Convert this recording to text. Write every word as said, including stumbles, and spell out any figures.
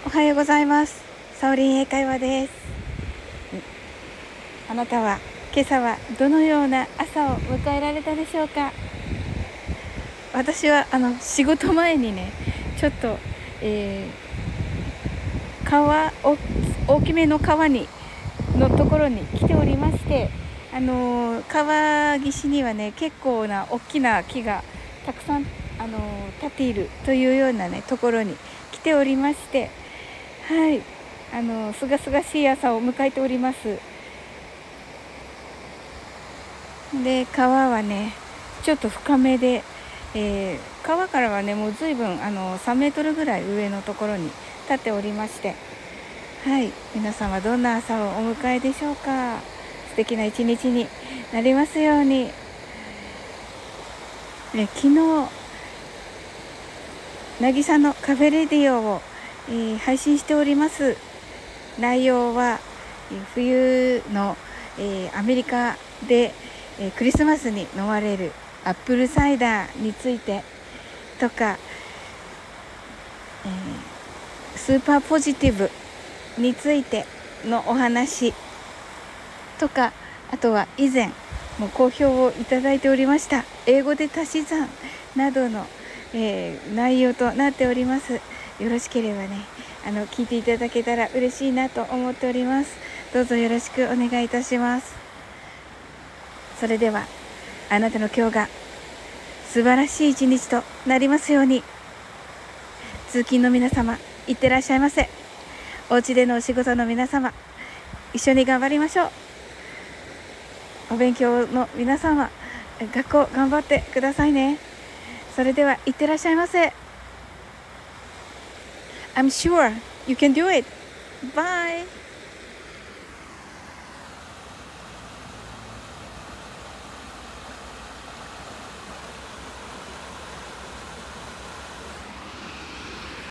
おはようございます。サオリン英会話です。あなたは今朝はどのような朝を迎えられたでしょうか。私はあの仕事前にねちょっと、えー、川大きめの川にのところに来ておりまして、あの川岸にはね結構な大きな木がたくさんあの立っているというようなねところに来ておりまして、はい、あのすがすがしい朝を迎えております。で、川はねちょっと深めで、えー、川からはねもう随分あのさんメートルぐらい上のところに立っておりまして、はい、皆さんはどんな朝をお迎えでしょうか。素敵な一日になりますように。ね、昨日渚のカフェレディオを、えー、配信しております。内容は冬の、えー、アメリカで、えー、クリスマスに飲まれるアップルサイダーについてとか、えー、スーパーポジティブについてのお話とか、あとは以前も好評をいただいておりました英語で足し算などの、えー、内容となっております。よろしければねあの聞いていただけたら嬉しいなと思っております。どうぞよろしくお願いいたします。それではあなたの今日が素晴らしい一日となりますように。通勤の皆様いってらっしゃいませ。お家でのお仕事の皆様一緒に頑張りましょう。お勉強の皆様学校頑張ってくださいね。それではいってらっしゃいませ。 I'm sure you can do it. Bye.